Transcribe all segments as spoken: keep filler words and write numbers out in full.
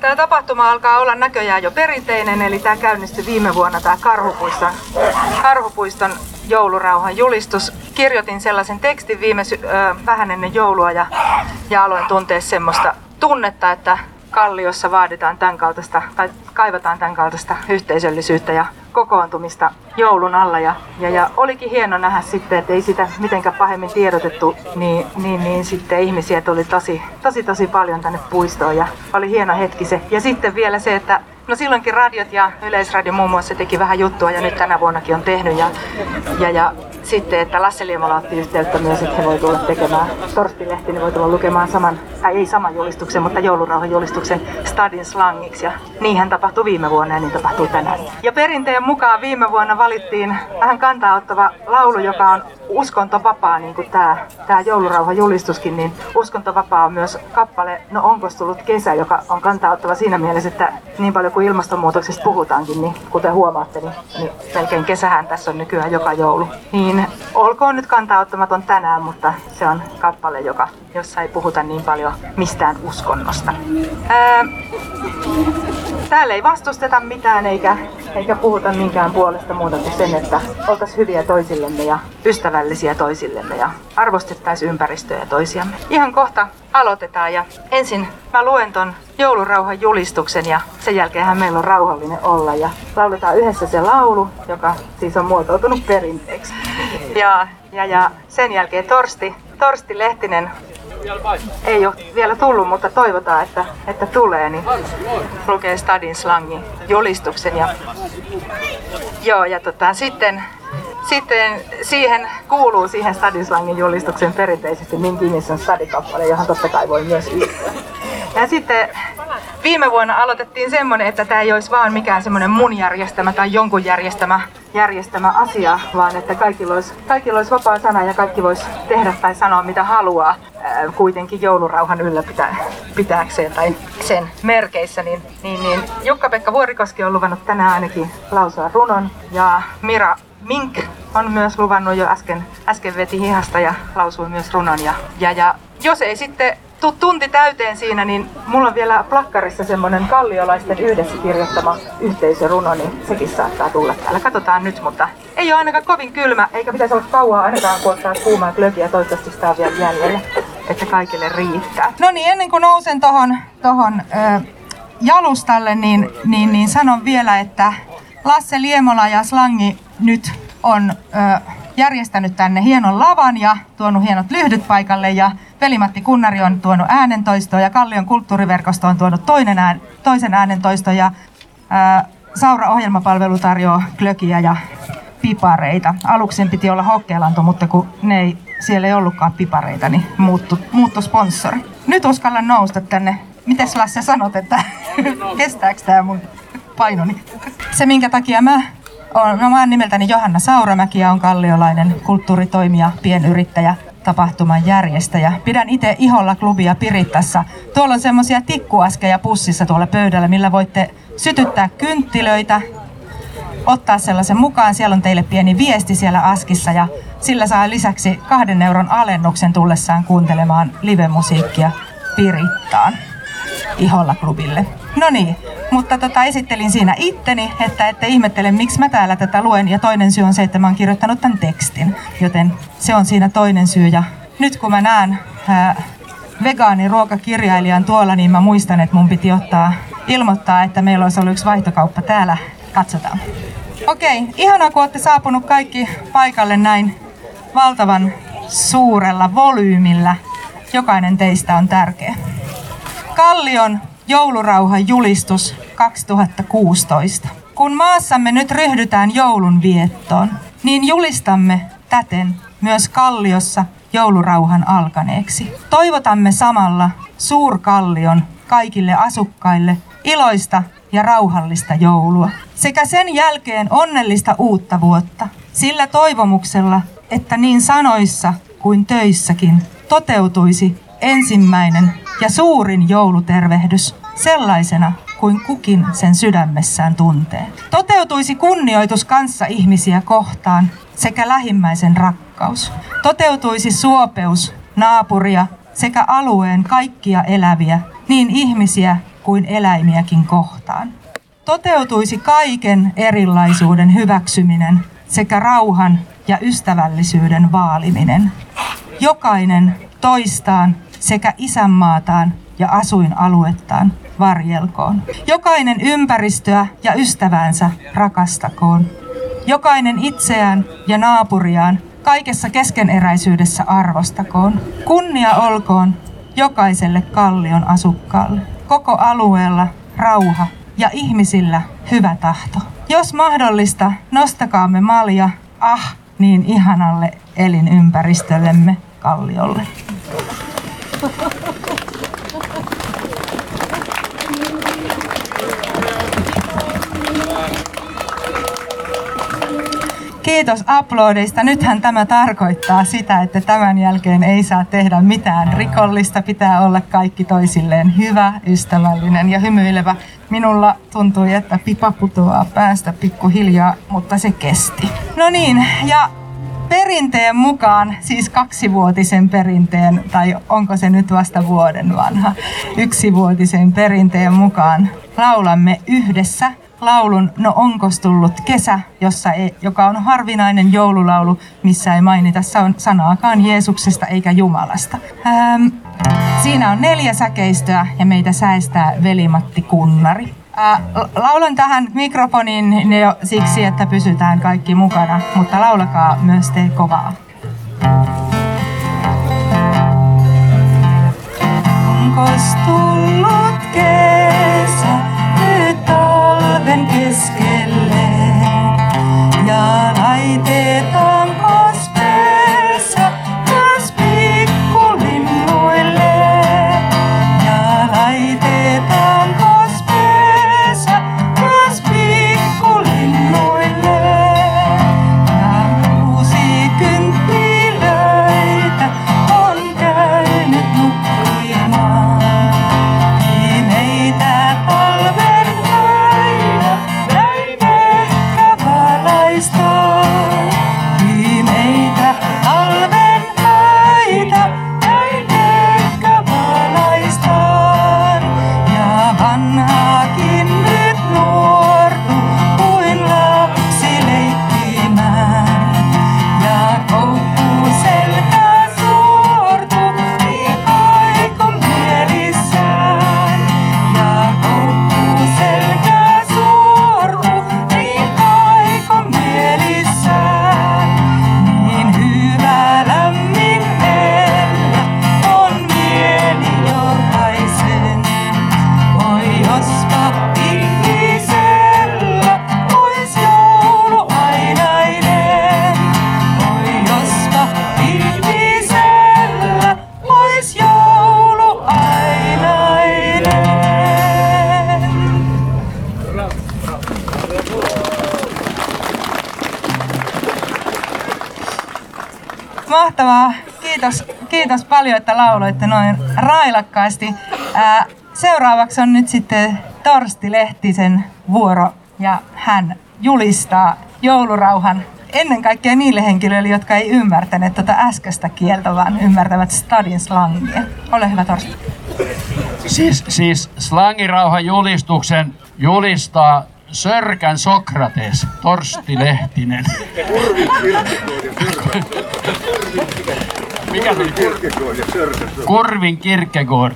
Tämä tapahtuma alkaa olla näköjään jo perinteinen, eli tämä käynnistyi viime vuonna, tämä Karhupuiston, Karhupuiston joulurauhan julistus. Kirjoitin sellaisen tekstin viime sy- ö, vähän ennen joulua ja, ja aloin tuntea semmoista tunnetta, että Kalliossa vaaditaan tämän kaltaista, tai kaivataan tämän kaltaista yhteisöllisyyttä ja kokoontumista joulun alla. Ja, ja, ja olikin hieno nähdä sitten, että ei sitä mitenkään pahemmin tiedotettu, niin, niin, niin sitten ihmisiä tuli tosi, tosi, tosi paljon tänne puistoon ja oli hieno hetki se. Ja sitten vielä se, että no silloinkin radiot ja Yleisradio muun muassa teki vähän juttua ja nyt tänä vuonnakin on tehnyt. Ja, ja, ja sitten, että Lasse Liemola otti yhteyttä myös, että he voi tulla tekemään, Torsti Lehtinen voi tulla lukemaan saman, äh, ei saman julistuksen, mutta joulurauhan julistuksen stadin slangiksi. Ja niinhän tapahtui viime vuonna ja niin tapahtuu tänään. Ja perinteen mukaan viime vuonna valittiin vähän kantaa ottava laulu, joka on uskontovapaa, niin kuin tämä, tämä joulurauhan julistuskin, niin uskontovapaa on myös kappale No onkos tullut kesä, joka on kantaa ottava siinä mielessä, että niin paljon kuin ilmastonmuutoksesta puhutaankin, niin kuten huomaatte, niin, niin melkein kesähän tässä on nykyään joka joulu. Niin olkoon nyt kantaa ottamaton tänään, mutta se on kappale, joka, jossa ei puhuta niin paljon mistään uskonnosta. Ää, täällä ei vastusteta mitään eikä, eikä puhuta minkään puolesta muuta kuin sen, että oltaisiin hyviä toisillemme ja ystävällisiä toisillemme ja arvostettaisiin ympäristöä ja toisiamme. Ihan kohta aloitetaan ja ensin mä luen ton joulurauhan julistuksen ja sen jälkeenhän meillä on rauhallinen olla ja lauletaan yhdessä se laulu, joka siis on muotoutunut perinteeksi. Ja, ja, ja sen jälkeen Torsti, Torsti Lehtinen ei ole vielä tullut, mutta toivotaan, että, että tulee, niin lukee stadin slangin julistuksen. Ja, joo, ja tota, sitten, sitten siihen kuuluu siihen stadin slangin julistuksen perinteisesti Min Kinnison stadikappale, johon totta kai voi myös yhtyä. Ja sitten viime vuonna aloitettiin semmoinen, että tämä ei olisi vaan mikään semmoinen mun järjestämä tai jonkun järjestämä, järjestämä asia, vaan että kaikilla olisi, kaikilla olisi vapaa sana ja kaikki voisi tehdä tai sanoa mitä haluaa ää, kuitenkin joulurauhan ylläpitääkseen tai sen merkeissä. Niin, niin, niin Jukka-Pekka Vuorikoski on luvannut tänään ainakin lausua runon ja Mira Mink on myös luvannut jo äsken, äsken veti hihasta ja lausui myös runon. Ja, ja, ja jos ei sitten tuu tunti täyteen siinä, niin mulla on vielä plakkarissa semmonen kalliolaisten yhdessä kirjoittama yhteisöruno, niin sekin saattaa tulla täällä. Katsotaan nyt, mutta ei ole ainakaan kovin kylmä, eikä pitäisi olla kauaa ainakaan, kun ottaa kuumaa glögiä. Toivottavasti sitä on vielä jäljellä, että kaikille riittää. No niin, ennen kuin nousen tohon, tohon ö, jalustalle, niin, niin, niin sanon vielä, että Lasse Liemola ja Slangi nyt on ö, järjestänyt tänne hienon lavan ja tuonut hienot lyhdyt paikalle ja Veli-Matti Kunnari on tuonut äänentoistoa ja Kallion kulttuuriverkosto on tuonut toinen ään, toisen äänentoisto ja ää, Saura ohjelmapalvelu tarjoaa glögiä ja pipareita. Aluksi piti olla Hokkelanto, mutta kun ne ei, siellä ei ollutkaan pipareita, niin muuttu, muuttu sponsori. Nyt uskallan nousta tänne. Mites Lasse sanot, että kestääkö tää mun painoni? Se minkä takia mä oon, no mä oon nimeltäni Johanna Sauramäki ja on kalliolainen kulttuuritoimija, pienyrittäjä, tapahtuman järjestäjä. Pidän itse Iholla klubia Pirittassa. Tuolla on semmosia tikkuaskeja pussissa tuolla pöydällä, millä voitte sytyttää kynttilöitä, ottaa sellaisen mukaan. Siellä on teille pieni viesti siellä askissa ja sillä saa lisäksi kahden euron alennuksen tullessaan kuuntelemaan livemusiikkia Pirittaan Iholla klubille. No niin, mutta tota, esittelin siinä itteni, että ette ihmettele, miksi mä täällä tätä luen. Ja toinen syy on se, että mä oon kirjoittanut tämän tekstin, joten se on siinä toinen syy. Ja nyt kun mä näen ää, vegaaniruokakirjailijan tuolla, niin mä muistan, että mun piti ottaa, ilmoittaa, että meillä olisi ollut yksi vaihtokauppa täällä. Katsotaan. Okei, ihanaa kun olette saapunut kaikki paikalle näin valtavan suurella volyymillä. Jokainen teistä on tärkeä. Kallion joulurauhan julistus kaksituhattakuusitoista. Kun maassamme nyt ryhdytään joulun viettoon, niin julistamme täten myös Kalliossa joulurauhan alkaneeksi. Toivotamme samalla Suurkallion kaikille asukkaille iloista ja rauhallista joulua. Sekä sen jälkeen onnellista uutta vuotta. Sillä toivomuksella, että niin sanoissa kuin töissäkin toteutuisi ensimmäinen ja suurin joulutervehdys sellaisena kuin kukin sen sydämessään tuntee. Toteutuisi kunnioitus kanssaihmisiä kohtaan sekä lähimmäisen rakkaus. Toteutuisi suopeus naapuria sekä alueen kaikkia eläviä, niin ihmisiä kuin eläimiäkin kohtaan. Toteutuisi kaiken erilaisuuden hyväksyminen sekä rauhan ja ystävällisyyden vaaliminen. Jokainen toistaan sekä isänmaataan ja asuinaluettaan varjelkoon. Jokainen ympäristöä ja ystäväänsä rakastakoon. Jokainen itseään ja naapuriaan kaikessa keskeneräisyydessä arvostakoon. Kunnia olkoon jokaiselle kallion asukkaalle. Koko alueella rauha ja ihmisillä hyvä tahto. Jos mahdollista, nostakaamme malja ah niin ihanalle elinympäristöllemme kalliolle. Kiitos aplodeista. Nythän tämä tarkoittaa sitä, että tämän jälkeen ei saa tehdä mitään rikollista. Pitää olla kaikki toisilleen hyvä, ystävällinen ja hymyilevä. Minulla tuntui, että pipa putoaa päästä pikkuhiljaa, mutta se kesti. No niin, ja perinteen mukaan, siis kaksivuotisen perinteen, tai onko se nyt vasta vuoden vanha, yksivuotisen perinteen mukaan laulamme yhdessä laulun No onkos tullut kesä, jossa ei, joka on harvinainen joululaulu, missä ei mainita sanaakaan Jeesuksesta eikä Jumalasta. Ähm, siinä on neljä säkeistöä ja meitä säestää Veli-Matti Kunnari. Äh, laulan tähän mikrofoniin jo siksi, että pysytään kaikki mukana, mutta laulakaa myös te kovaa. Onkos tullut kesä nyt talven keskelle ja laitetaanko pesä taas pikkulinnuille ja laitetaanko pesä taas pikkulinnuille ja uusi kynttilöitä on käynyt nukkimaan. Pimeitä talven päivä näin ehkä valaistaan. Pimeitä talven päitä näin ehkä valaistaan. Ja vanhakin nyt nuortu kuin lapsi leikkimään. Ja koukku selkä suortu niin aikon mielissään. Ja koukku selkä suortu niin aikon mielissään. Niin hyvä lämmin herra on mieli jokaisen. Oi jospa ihmisellä ois joulu ainainen. Oi jospa ihmisellä ois joulu ainainen. Mahtavaa. Kiitos, kiitos paljon, että lauloitte noin railakkaasti. Ää, seuraavaksi on nyt sitten Torsti Lehtisen vuoro ja hän julistaa joulurauhan ennen kaikkea niille henkilöille, jotka ei ymmärtäneet tätä äskeistä kieltä, vaan ymmärtävät stadin slangia. Ole hyvä, Torsti. Siis, siis slangirauhan julistuksen julistaa Sörkän Sokrates, Torsti Lehtinen. Mikä se oli? Kurvin Kierkegaard.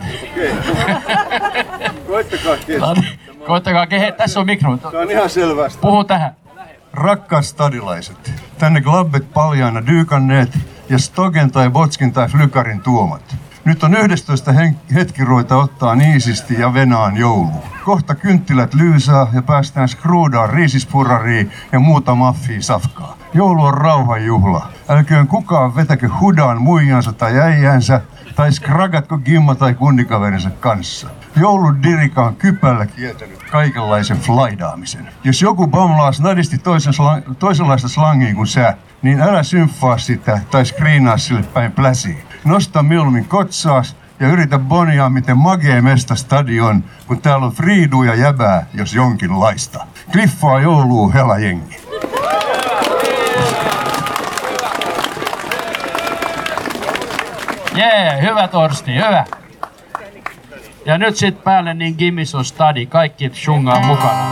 Koittakaa tietysti. Koittakaa kehe. Tässä on mikrofoni. Tämä on ihan selvästi. Puhu tähän. Rakkaat stadilaiset, tänne glabbet paljaana dyykanneet ja Stogen tai Botskin tai Flykarin tuomat. Nyt on yhdestoista hetki ruveta ottaa niisisti ja venaan jouluun. Kohta kynttilät lyysää ja päästään skruudaan riisispurariin ja muuta maffia safkaa. Joulu on rauhan juhla. Älköön kukaan vetäkö hudaan muijansa tai äijänsä tai skragatko gimma tai kunnikaverinsa kanssa. Joulun dirika on kypällä kieltänyt kaikenlaisen flaidaamisen. Jos joku bamlaa snadisti toisen slang, toisenlaista slangia kuin sä, niin älä symfaa sitä tai skriinaa sille päin pläsiin. Nosta mieluummin kotsaas ja yritä bonia, miten magee mesta stadion, kun täällä on friidua ja jäbää, jos jonkinlaista. Kliffaa jouluu, hela jengi. Jee, yeah, hyvä Torsti, hyvä. Ja nyt sit päälle niin Gimis on stadi, kaikki shungaa mukana.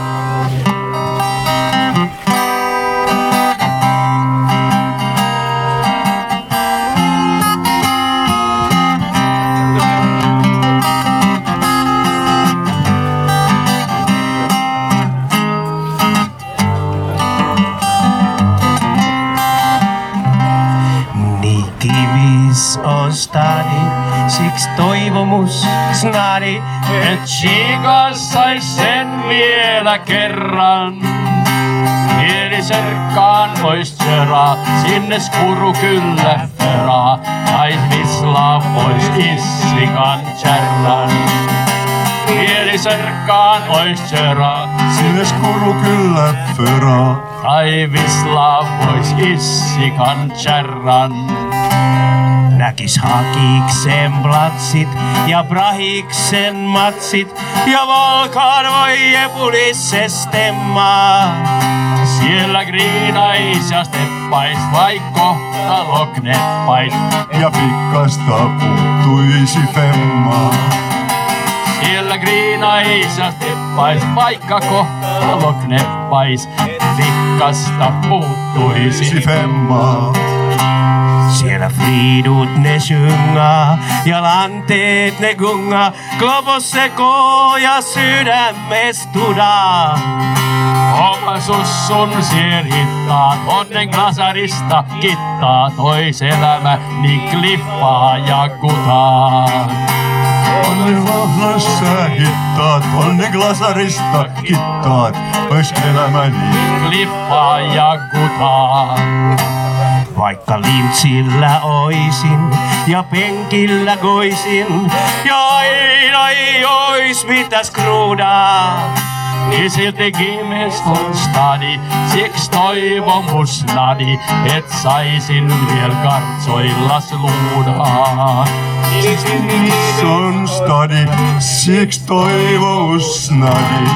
On stadi, siksi toivomus snadi, Et Chigas sais sen vielä kerran. Mieli serkkaan ois tjöraa, sinne skuru kyllä föraa. Ais visla pois issikan kärran. Mieli serkkaan ois tjöraa, Sinne skuru kyllä föraa. ai visla pois issikan kärran. näkis hakiksen platsit ja brahiksen matsit ja Volkan voijepulisses temmaa. Siellä griinais ja steppais, vaik kohtalo kneppais. Ja pikkasta puuttuisi femmaa. Siellä griinais ja steppais, vaikka kohtalo kneppais. Pikkasta puuttuisi Si femmaa. Siellä friidut ne syngaa ja lanteet ne gungaa. Globos sekoo ja sydämes tudaa. Oma sussun sierittaat, onnen glasarista kittaa. Tois elämä niin klippaa ja kutaa. Onne lahlassa hittaat, onne glasarista kittaat. Ois elämäni Klippaa ja kutaa. Vaikka lintsillä oisin ja penkillä goisin ja aina ei ois mitä skruudaa. Niin silti Gimes on stadi, siks toivomus nadi, et saisin viel kartsoillas luudaa. Se on stadi, siksi toivous nadi.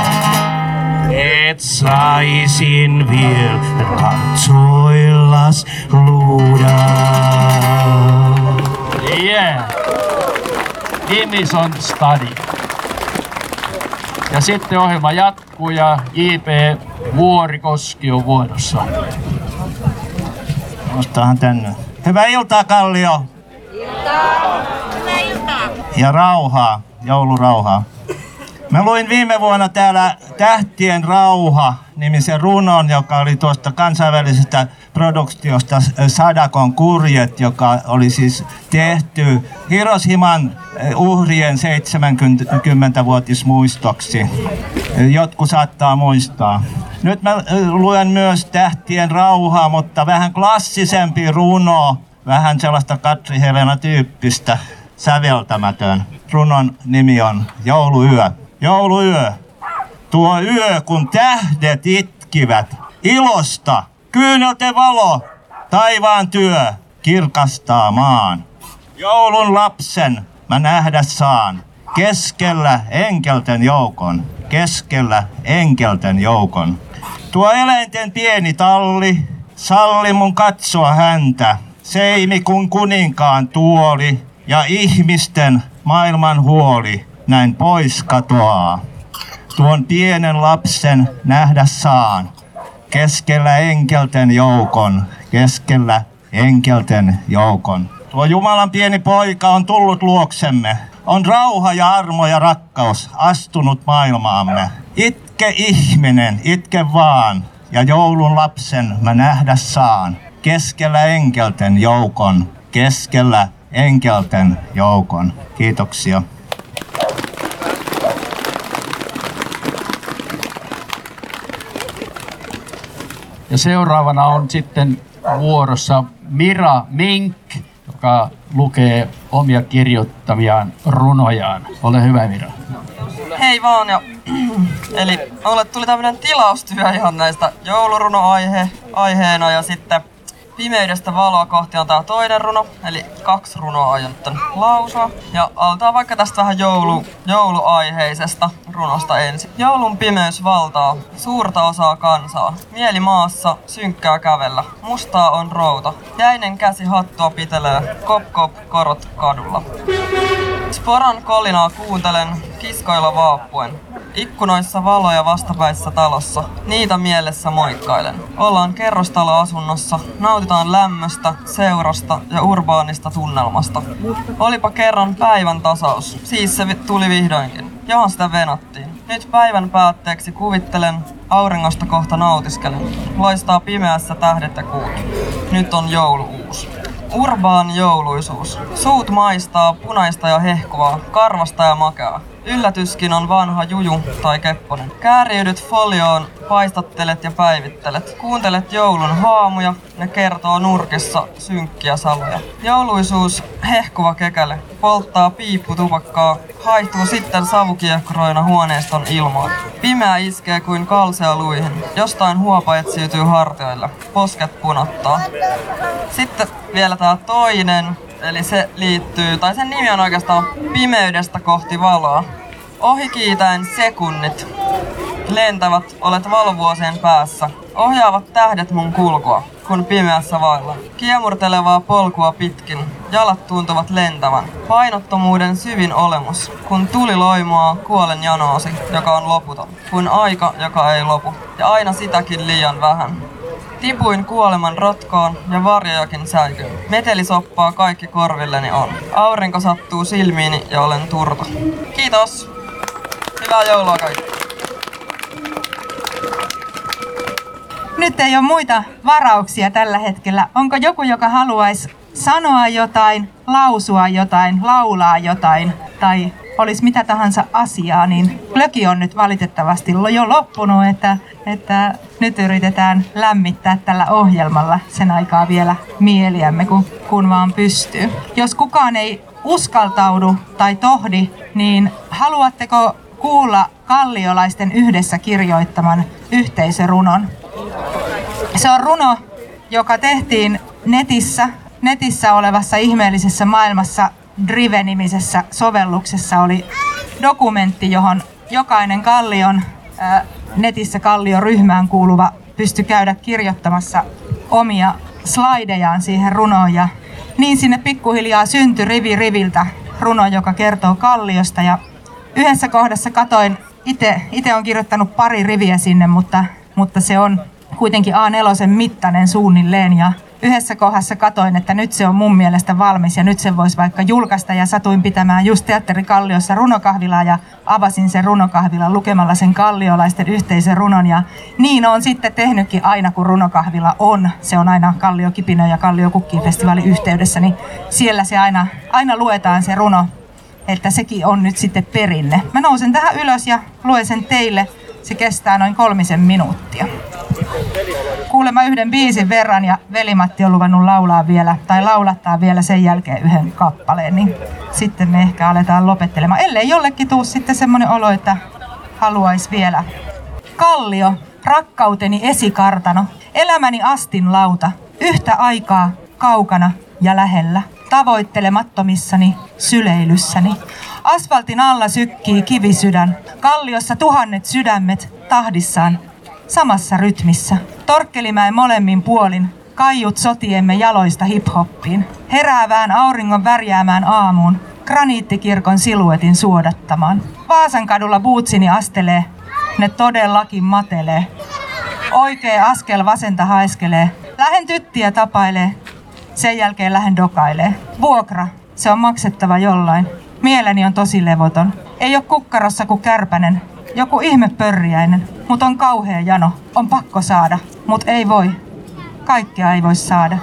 Et saisin viel katsoillas luudaa. Yeah! Gimes on stadi. Ja sitten ohjelma jatkuu ja J P Vuorikoski on vuorossa. Nostahan tänne. Hyvää iltaa, Kallio. Iltaa. Hyvää iltaa. Ja rauhaa, joulurauhaa. Mä luin viime vuonna täällä Tähtien rauha -nimisen runon, joka oli tuosta kansainvälisestä produktiosta Sadakon kurjet, joka oli siis tehty Hiroshiman uhrien seitsemänkymmentävuotismuistoksi. Jotkut saattaa muistaa. Nyt mä luen myös Tähtien rauhaa, mutta vähän klassisempi runo, vähän sellaista Katri Helena-tyyppistä, säveltämätön. Runon nimi on Jouluyö. Jouluyö. Tuo yö, kun tähdet itkivät ilosta, kyynelten valo, taivaan työ kirkastaa maan. Joulun lapsen mä nähdä saan, keskellä enkelten joukon, keskellä enkelten joukon. Tuo eläinten pieni talli, salli mun katsoa häntä, seimi kun kuninkaan tuoli ja ihmisten maailman huoli näin pois katoaa. Tuon pienen lapsen nähdä saan, keskellä enkelten joukon, keskellä enkelten joukon. Tuo Jumalan pieni poika on tullut luoksemme, on rauha ja armo ja rakkaus astunut maailmaamme. Itke ihminen, itke vaan, ja joulun lapsen mä nähdä saan, keskellä enkelten joukon, keskellä enkelten joukon. Kiitoksia. Ja seuraavana on sitten vuorossa Mira Mink, joka lukee omia kirjoittamiaan runojaan. Ole hyvä, Mira. Hei vaan, ja eli mulle tuli tämmönen tilaustyö ihan näistä jouluruno-aiheena ja sitten Pimeydestä valoa kohti on tää toinen runo, eli kaksi runoa aion nyt lausua. Ja aletaan vaikka tästä vähän joulu, jouluaiheisesta runosta ensin. Joulun pimeys valtaa suurta osaa kansaa. Mieli maassa, synkkää kävellä. Mustaa on routa. Jäinen käsi hattua pitelee. Kop kop korot kadulla. Sporan kolinaa kuuntelen kiskoilla vaappuen. Ikkunoissa valoja vastapäissä talossa, niitä mielessä moikkailen. Ollaan kerrostaloasunnossa, nautitaan lämmöstä, seurasta ja urbaanista tunnelmasta. Olipa kerran päivän tasaus, siis se tuli vihdoinkin, johon sitä venattiin. Nyt päivän päätteeksi kuvittelen, auringosta kohta nautiskelen. Loistaa pimeässä tähdet ja kuut. Nyt on jouluuus. Urbaani jouluisuus. Suut maistaa punaista ja hehkuvaa, karvasta ja makeaa. Yllätyskin on vanha juju tai kepponen. Kääriydyt folioon, paistattelet ja päivittelet. Kuuntelet joulun haamuja, ne kertoo nurkissa synkkiä saloja. Jouluisuus, hehkuva kekäle, polttaa piipputupakkaa, haihtuu sitten savukiehkuroina huoneiston ilmaan. Pimeä iskee kuin kalsea luihin, jostain huopa etsiytyy hartioille, posket punottaa. Sitten vielä tää toinen. Eli se liittyy, tai sen nimi on oikeastaan Pimeydestä kohti valoa. Ohikiitäen sekunnit lentävät, olet valovuosien päässä. Ohjaavat tähdet mun kulkua, kun pimeässä vailla. Kiemurtelevaa polkua pitkin, jalat tuntuvat lentävän. Painottomuuden syvin olemus, kun tuli loimaa kuolen janoosi, joka on loputon. Kuin aika, joka ei lopu, ja aina sitäkin liian vähän. Tipuin kuoleman rotkoon ja varjojakin säikyy. Metelisoppaa kaikki korvilleni on. Aurinko sattuu silmiini ja olen turta. Kiitos! Hyvää joulua kaikille! Nyt ei ole muita varauksia tällä hetkellä. Onko joku, joka haluaisi sanoa jotain, lausua jotain, laulaa jotain tai olisi mitä tahansa asiaa, niin glögi on nyt valitettavasti jo loppunut, että, että nyt yritetään lämmittää tällä ohjelmalla sen aikaa vielä mieliämme, kun, kun vaan pystyy. Jos kukaan ei uskaltaudu tai tohdi, niin haluatteko kuulla kalliolaisten yhdessä kirjoittaman yhteisörunon? Se on runo, joka tehtiin netissä, netissä olevassa ihmeellisessä maailmassa. Drive-nimisessä sovelluksessa oli dokumentti, johon jokainen Kallion, ää, netissä Kallio-ryhmään kuuluva pystyi käydä kirjoittamassa omia slaidejaan siihen runoon. Ja niin sinne pikkuhiljaa syntyi rivi riviltä runo, joka kertoo Kalliosta. Ja yhdessä kohdassa katoin, itse olen kirjoittanut pari riviä sinne, mutta, mutta se on kuitenkin A neljä mittainen suunnilleen. Ja yhdessä kohdassa katoin, että nyt se on mun mielestä valmis ja nyt sen voisi vaikka julkaista ja satuin pitämään just Teatteri Kalliossa runokahvilaa ja avasin sen runokahvilan lukemalla sen kalliolaisten yhteisen runon ja niin on sitten tehnytkin aina kun runokahvila on. Se on aina Kallio Kipinö ja Kallio Kukki-festivaalin yhteydessä, niin siellä se aina, aina luetaan se runo, että sekin on nyt sitten perinne. Mä nousen tähän ylös ja luen sen teille. Se kestää noin kolmisen minuuttia. Kuulemma yhden biisin verran ja Veli-Matti on luvannut laulaa vielä, tai laulattaa vielä sen jälkeen yhden kappaleen, niin sitten me ehkä aletaan lopettelemaan. Ellei jollekin tuu sitten semmoinen olo, että haluaisi vielä. Kallio, rakkauteni esikartano, elämäni astinlauta, yhtä aikaa kaukana ja lähellä, tavoittelemattomissani syleilyssäni. Asfaltin alla sykkii kivisydän, Kalliossa tuhannet sydämet tahdissaan, samassa rytmissä. Torkkelimäen molemmin puolin, kaiut sotiemme jaloista hiphoppiin, heräävään auringon värjäämään aamuun, graniittikirkon siluetin suodattamaan. Vaasankadulla buutsini astelee, ne todellakin matelee. Oikea askel vasenta haiskelee, lähen tyttiä tapailee, sen jälkeen lähen dokailee. Vuokra, se on maksettava jollain. Mieleni on tosi levoton. Ei oo kukkarossa kuin kärpänen. Joku ihme pörriäinen. Mut on kauhea jano. On pakko saada. Mut ei voi. Kaikkea ei voi saada.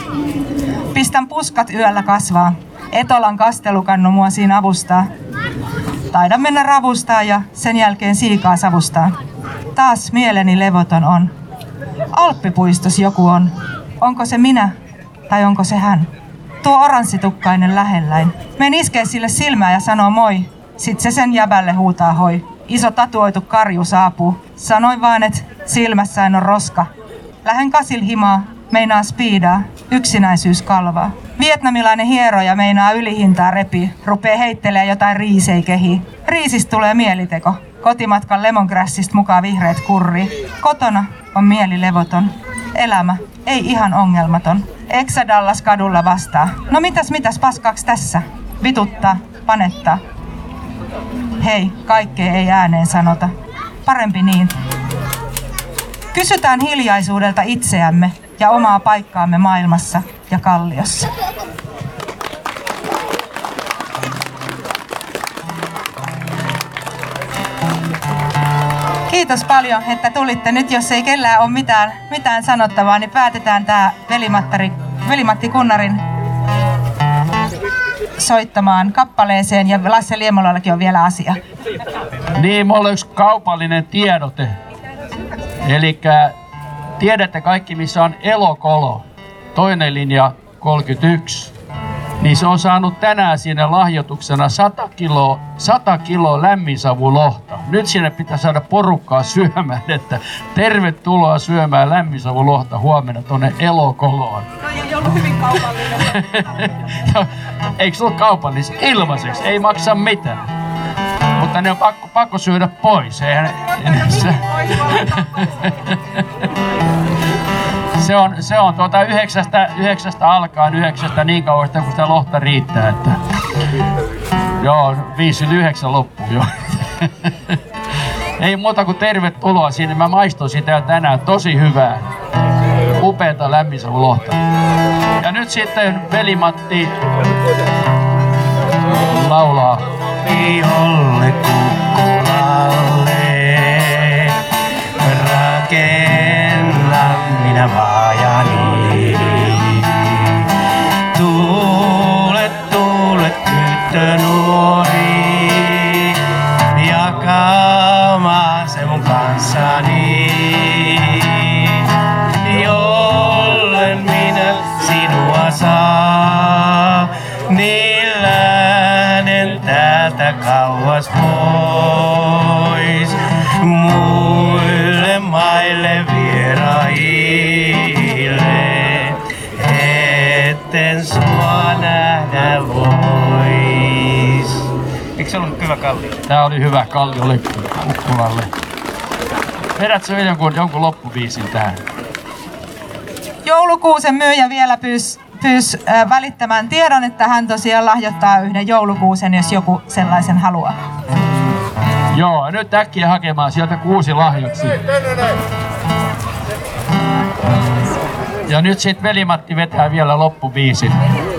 Pistän puskat yöllä kasvaa. Etolan kastelukannu mua siinä avustaa. Taidan mennä ravustaa ja sen jälkeen siikaa savustaa. Taas mieleni levoton on. Alppipuistos joku on. Onko se minä tai onko se hän? Tuo oranssitukkainen lähelläin. Menen iskee sille silmää ja sanoo moi. Sit se sen jäbälle huutaa hoi. Iso tatuoitu karju saapuu. Sanoin vaan, et silmässäin on roska. Lähen kasil himaa, meinaa spiidaa. Yksinäisyys kalvaa. Vietnamilainen hieroja meinaa ylihintaa repii. Rupee heittelee jotain riisei kehi. Riisistä tulee mieliteko. Kotimatkan lemongrassista mukaan vihreät kurrii. Kotona on mieli levoton. Elämä ei ihan ongelmaton. Eksä Dallas kadulla vastaa. No mitäs mitäs paskaks tässä? Vituttaa. panetta. Hei, kaikkea ei ääneen sanota. Parempi niin. Kysytään hiljaisuudelta itseämme ja omaa paikkaamme maailmassa ja kalliossa. Kiitos paljon, että tulitte. Nyt jos ei kellään ole mitään, mitään sanottavaa, niin päätetään tämä Veli-Matti Kunnarin soittamaan kappaleeseen ja Lasse Liemolallakin on vielä asia. Niin, mulla on yksi kaupallinen tiedote. Elikkä tiedätte kaikki, missä on Elokolo, toinen linja kolmekymmentäyksi. Niin se on saanut tänään sinne lahjoituksena sata kiloa, sata kiloa lämminsavulohta. Nyt sinne pitää saada porukkaa syömään, että tervetuloa syömään lämminsavulohta huomenna tonne Elokoloon. No ei ollut hyvin kaupallinen. No, eikö se ole kaupallista? Ilmaiseksi, ei maksa mitään. Mutta ne on pakko, pakko syödä pois. Eihän, se, se on, se on tuota yhdeksästä, yhdeksästä alkaen, yhdeksästä niin kauan, kun sitä lohta riittää. Että, joo, viisi yli yhdeksän loppuu jo. Ei muuta kuin tervetuloa sinne. Mä maistoin sitä jo tänään. Tosi hyvää. Upeata lämminsavulohta. Ja nyt sitten Veli-Matti laulaa. Iholle kukkulalle rakennan minä maajani. Tuule, tuule tyttö nuori, jakamaan se mun kanssani. Jollen minä sinua saa, niin lähden täältä kauas pois. Muille maille vieraille, etten sua nähdä vois. Eikö se ollut hyvä Kalli? Tää oli hyvä Kalliolle Kukkulalle. Vedätkö vielä jonkun, jonkun loppubiisin tähän? Joulukuusen myyjä vielä pyysi pyys, äh, välittämään tiedon, että hän tosiaan lahjoittaa yhden joulukuusen, jos joku sellaisen haluaa. Joo, nyt äkkiä hakemaan sieltä kuusi lahjaksi. Ja nyt sit Veli-Matti vetää vielä loppubiisin.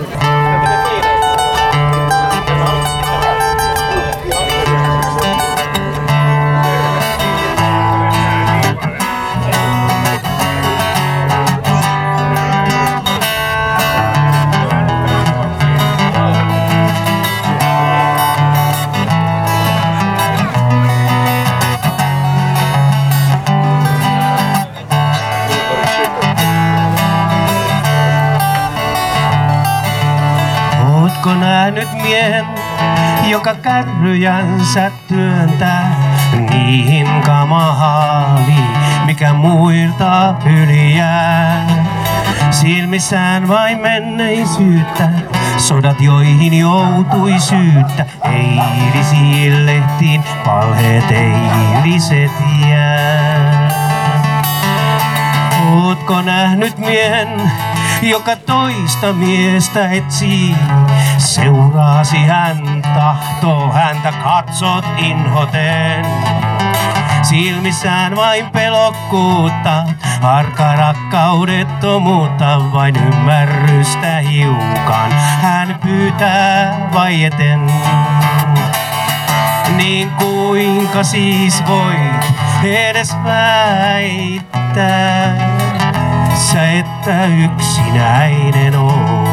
Ootko nähnyt miehen, joka kärryjänsä työntää niihin kamahaaliin, mikä muilta ylijää? Silmissään vain menneisyyttä, sodat joihin joutui syyttä. Eilisiin lehtiin palheet eiliset jää. Ootko nähnyt miehen, joka toista miestä etsii? Seuraasi hän, tahtoo häntä, katsot inhoten. Silmissään vain pelokkuutta, arka rakkaudettomuutta, vain ymmärrystä hiukan hän pyytää vaieten. Niin kuinka siis voit edes väittää, sä että yksinäinen oot?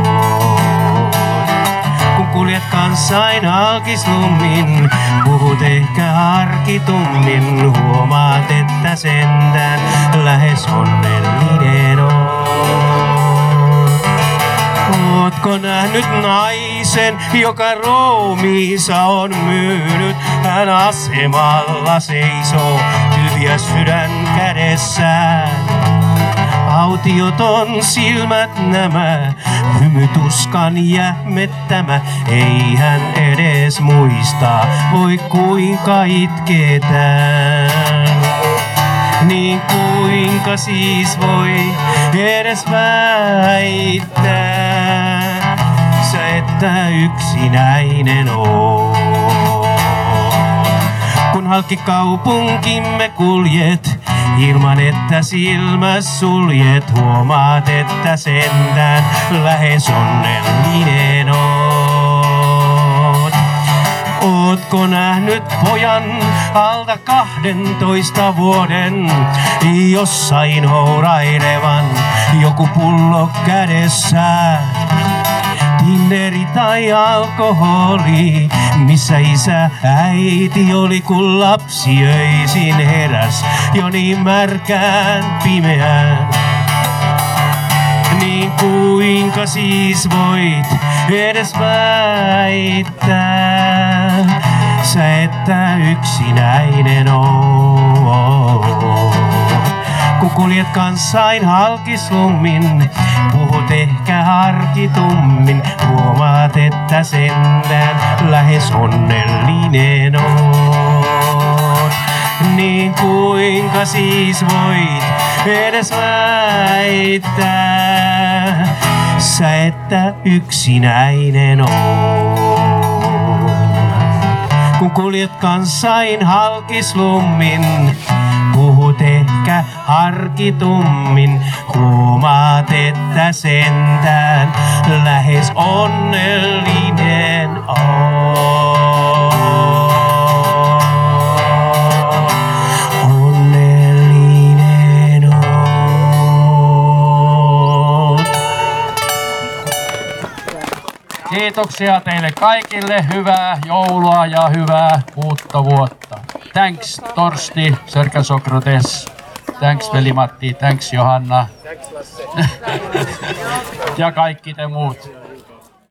Kun kuljet kanssain alkislummin, puhut ehkä harkitummin, huomaat, että sentään lähes onnellinen oot. Ootko nähnyt naisen, joka ruumiinsa on myynyt? Hän asemalla seisoo, tyhjä sydän kädessään. Autioton silmät nämä, hymytuskan jähmettämä, ei hän edes muista, voi kuinka itketään. Niin kuinka siis voi edes väittää, sä että yksinäinen oot. Kun halki kaupunkimme kuljet, ilman että silmäs suljet, huomaat, että sentään lähes onnellinen oot. Ootko nähnyt pojan alta kahdentoista vuoden, jossain hourailevan, joku pullo kädessä? Tinderi tai alkoholi, missä isä äiti oli, kun lapsi öisin heräs jo niin märkään pimeään. Niin kuinka siis voit edes väittää, sä että yksinäinen oot? Kun kuljet kanssain halkislummin, puhut ehkä harkitummin, huomaat, että sentään lähes onnellinen oot. Niin kuinka siis voit edes väittää, sä että yksinäinen oot? Kun kuljet kanssain halkislummin, puhut ehkä harkitummin, huomaat, että sentään lähes onnellinen oot. Onnellinen oot. Kiitoksia teille kaikille, hyvää joulua ja hyvää uutta vuotta. Thanks Torsti, Sörkä Sokrates. Thanks Veli-Matti, thanks Johanna. Ja kaikki te muut.